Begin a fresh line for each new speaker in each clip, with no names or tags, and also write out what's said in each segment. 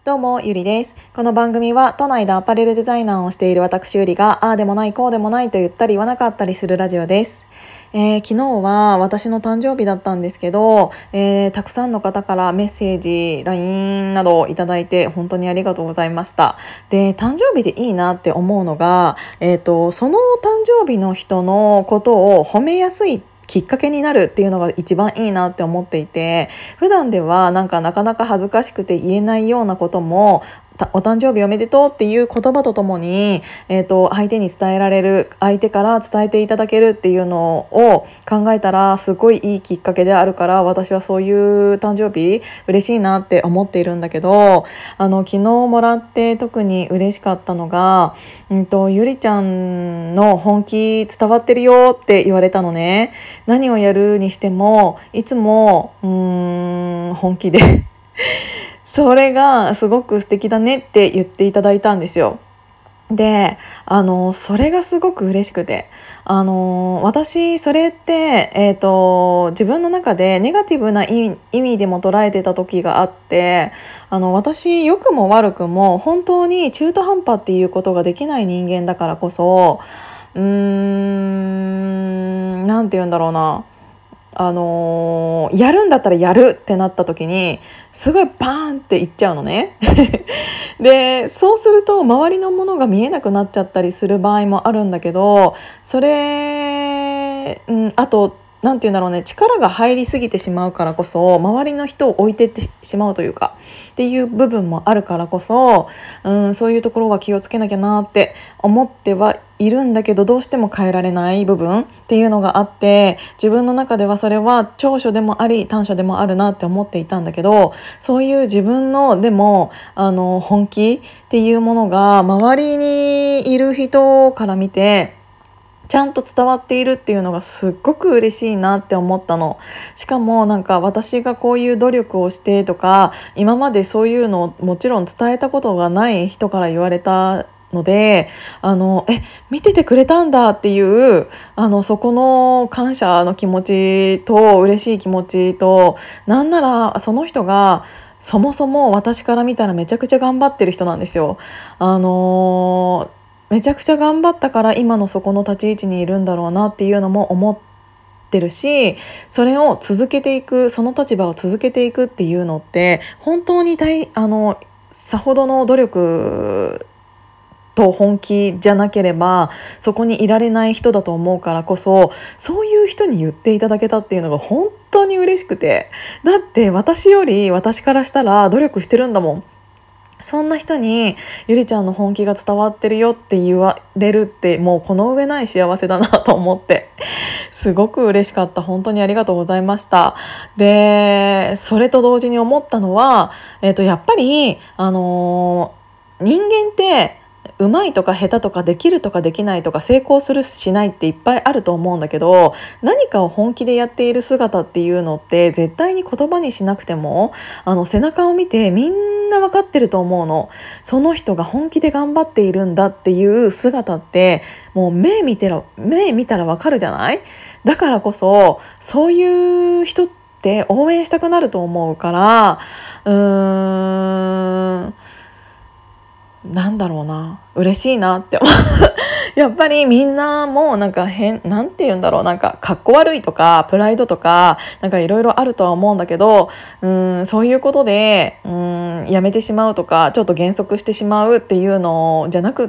どうも、ゆりです。この番組は都内でアパレルデザイナーをしている私ゆりが、ああでもないこうでもないと言ったり言わなかったりするラジオです。昨日は私の誕生日だったんですけど、たくさんの方からメッセージ、LINE などをいただいて本当にありがとうございました。で、誕生日でいいなって思うのが、その誕生日の人のことを褒めやすいきっかけになるっていうのが一番いいなって思っていて、普段ではなかなか恥ずかしくて言えないようなこともお誕生日おめでとうっていう言葉とともに、相手に伝えられる、相手から伝えていただけるっていうのを考えたらすごいいいきっかけであるから、私はそういう誕生日嬉しいなって思っているんだけど、昨日もらって特に嬉しかったのが、ゆりちゃんの本気伝わってるよって言われたのね。何をやるにしてもいつも本気でそれがすごく素敵だねって言っていただいたんですよ。で、それがすごく嬉しくて、私それって、自分の中でネガティブな意味でも捉えてた時があって、私良くも悪くも本当に中途半端っていうことができない人間だからこそ、なんて言うんだろうな、やるんだったらやるってなった時にすごいバーンっていっちゃうのねで、そうすると周りのものが見えなくなっちゃったりする場合もあるんだけど、それ、あとなんて言うんだろうね、力が入りすぎてしまうからこそ周りの人を置いてってしまうというかっていう部分もあるからこそ、そういうところは気をつけなきゃなって思ってはいるんだけど、どうしても変えられない部分っていうのがあって、自分の中ではそれは長所でもあり短所でもあるなって思っていたんだけど、そういう自分のでも本気っていうものが周りにいる人から見てちゃんと伝わっているっていうのがすっごく嬉しいなって思ったの。しかもなんか私がこういう努力をしてとか、今までそういうのをもちろん伝えたことがない人から言われたので、見ててくれたんだっていうそこの感謝の気持ちと嬉しい気持ちと、なんならその人がそもそも私から見たらめちゃくちゃ頑張ってる人なんですよ。めちゃくちゃ頑張ったから今のそこの立ち位置にいるんだろうなっていうのも思ってるし、それを続けていく、その立場を続けていくっていうのって本当にさほどの努力と本気じゃなければそこにいられない人だと思うからこそ、そういう人に言っていただけたっていうのが本当に嬉しくて、だって私からしたら努力してるんだもん。そんな人にゆりちゃんの本気が伝わってるよって言われるって、もうこの上ない幸せだなと思ってすごく嬉しかった。本当にありがとうございました。で、それと同時に思ったのは、やっぱり人間って上手いとか下手とかできるとかできないとか成功するしないっていっぱいあると思うんだけど、何かを本気でやっている姿っていうのって絶対に言葉にしなくても背中を見てみんな分かってると思うの。その人が本気で頑張っているんだっていう姿ってもう目見たら分かるじゃない。だからこそそういう人って応援したくなると思うから、なんだろうな、嬉しいなってやっぱりみんなもなんかなんて言うんだろう、なんかかっこ悪いとかプライドとかなんかいろいろあるとは思うんだけど、そういうことでやめてしまうとかちょっと減速してしまうっていうのじゃなくって、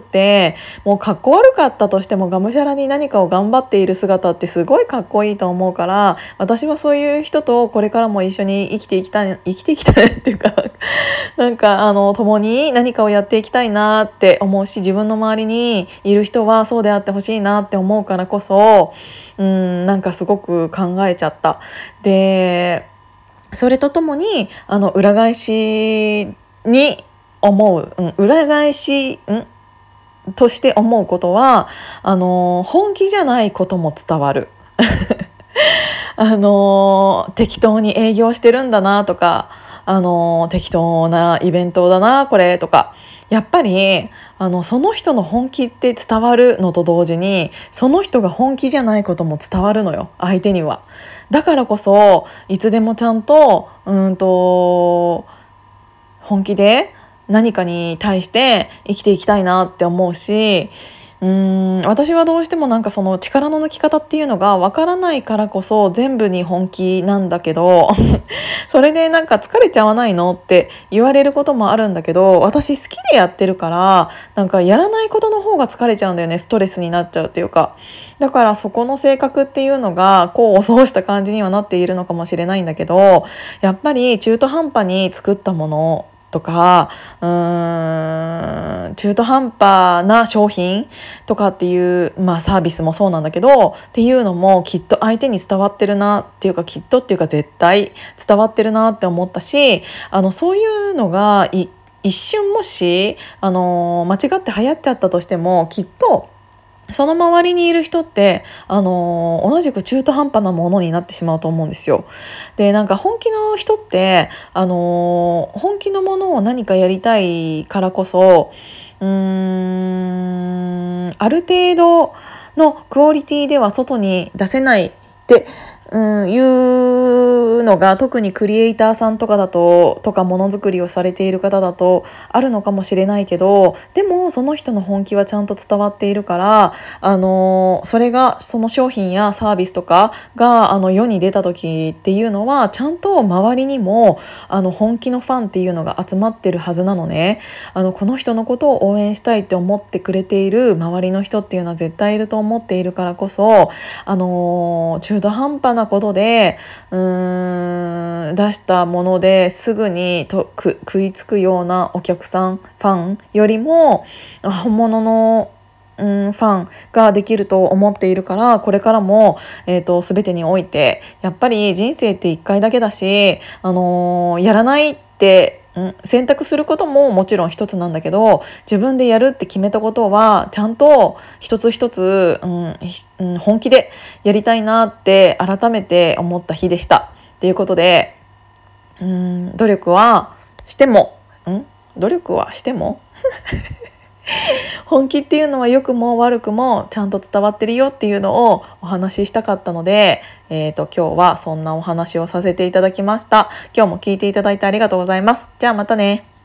もうかっこ悪かったとしてもがむしゃらに何かを頑張っている姿ってすごいかっこいいと思うから、私はそういう人とこれからも一緒に生きていきたいっていうかなんか共に何かをやっていきたいなって思うし、自分の周りにいる人はそうであってほしいなって思うからこそ、なんかすごく考えちゃった。で、それとともに裏返しに思う、裏返しとして思うことは、本気じゃないことも伝わる適当に営業してるんだなとか、適当なイベントだなこれとか、やっぱりその人の本気って伝わるのと同時に、その人が本気じゃないことも伝わるのよ、相手には。だからこそいつでもちゃんと本気で何かに対して生きていきたいなって思うし、私はどうしてもなんかその力の抜き方っていうのがわからないからこそ全部に本気なんだけどそれでなんか疲れちゃわないのって言われることもあるんだけど、私好きでやってるからなんかやらないことの方が疲れちゃうんだよね。ストレスになっちゃうっていうか、だからそこの性格っていうのがこうそうした感じにはなっているのかもしれないんだけど、やっぱり中途半端に作ったものとか中途半端な商品とかっていう、サービスもそうなんだけどっていうのもきっと相手に伝わってるなっていうか、きっとっていうか絶対伝わってるなって思ったし、そういうのが一瞬もし間違って流行っちゃったとしても、きっとその周りにいる人って、同じく中途半端なものになってしまうと思うんですよ。で、なんか本気の人って、本気のものを何かやりたいからこそ、ある程度のクオリティでは外に出せないっていうのが、特にクリエイターさんとかだと、とかものづくりをされている方だとあるのかもしれないけど、でもその人の本気はちゃんと伝わっているから、それがその商品やサービスとかが世に出た時っていうのは、ちゃんと周りにも本気のファンっていうのが集まってるはずなのね。この人のことを応援したいって思ってくれている周りの人っていうのは絶対いると思っているからこそ、中途半端なことで出したものですぐに食いつくようなお客さんファンよりも本物のファンができると思っているから、これからも、全てにおいてやっぱり人生って一回だけだし、やらないって選択することももちろん一つなんだけど、自分でやるって決めたことはちゃんと一つ一つ、本気でやりたいなって改めて思った日でした。ということで、努力はしても努力はしても本気っていうのは良くも悪くもちゃんと伝わってるよっていうのをお話ししたかったので、今日はそんなお話をさせていただきました。今日も聞いていただいてありがとうございます。じゃあまたね。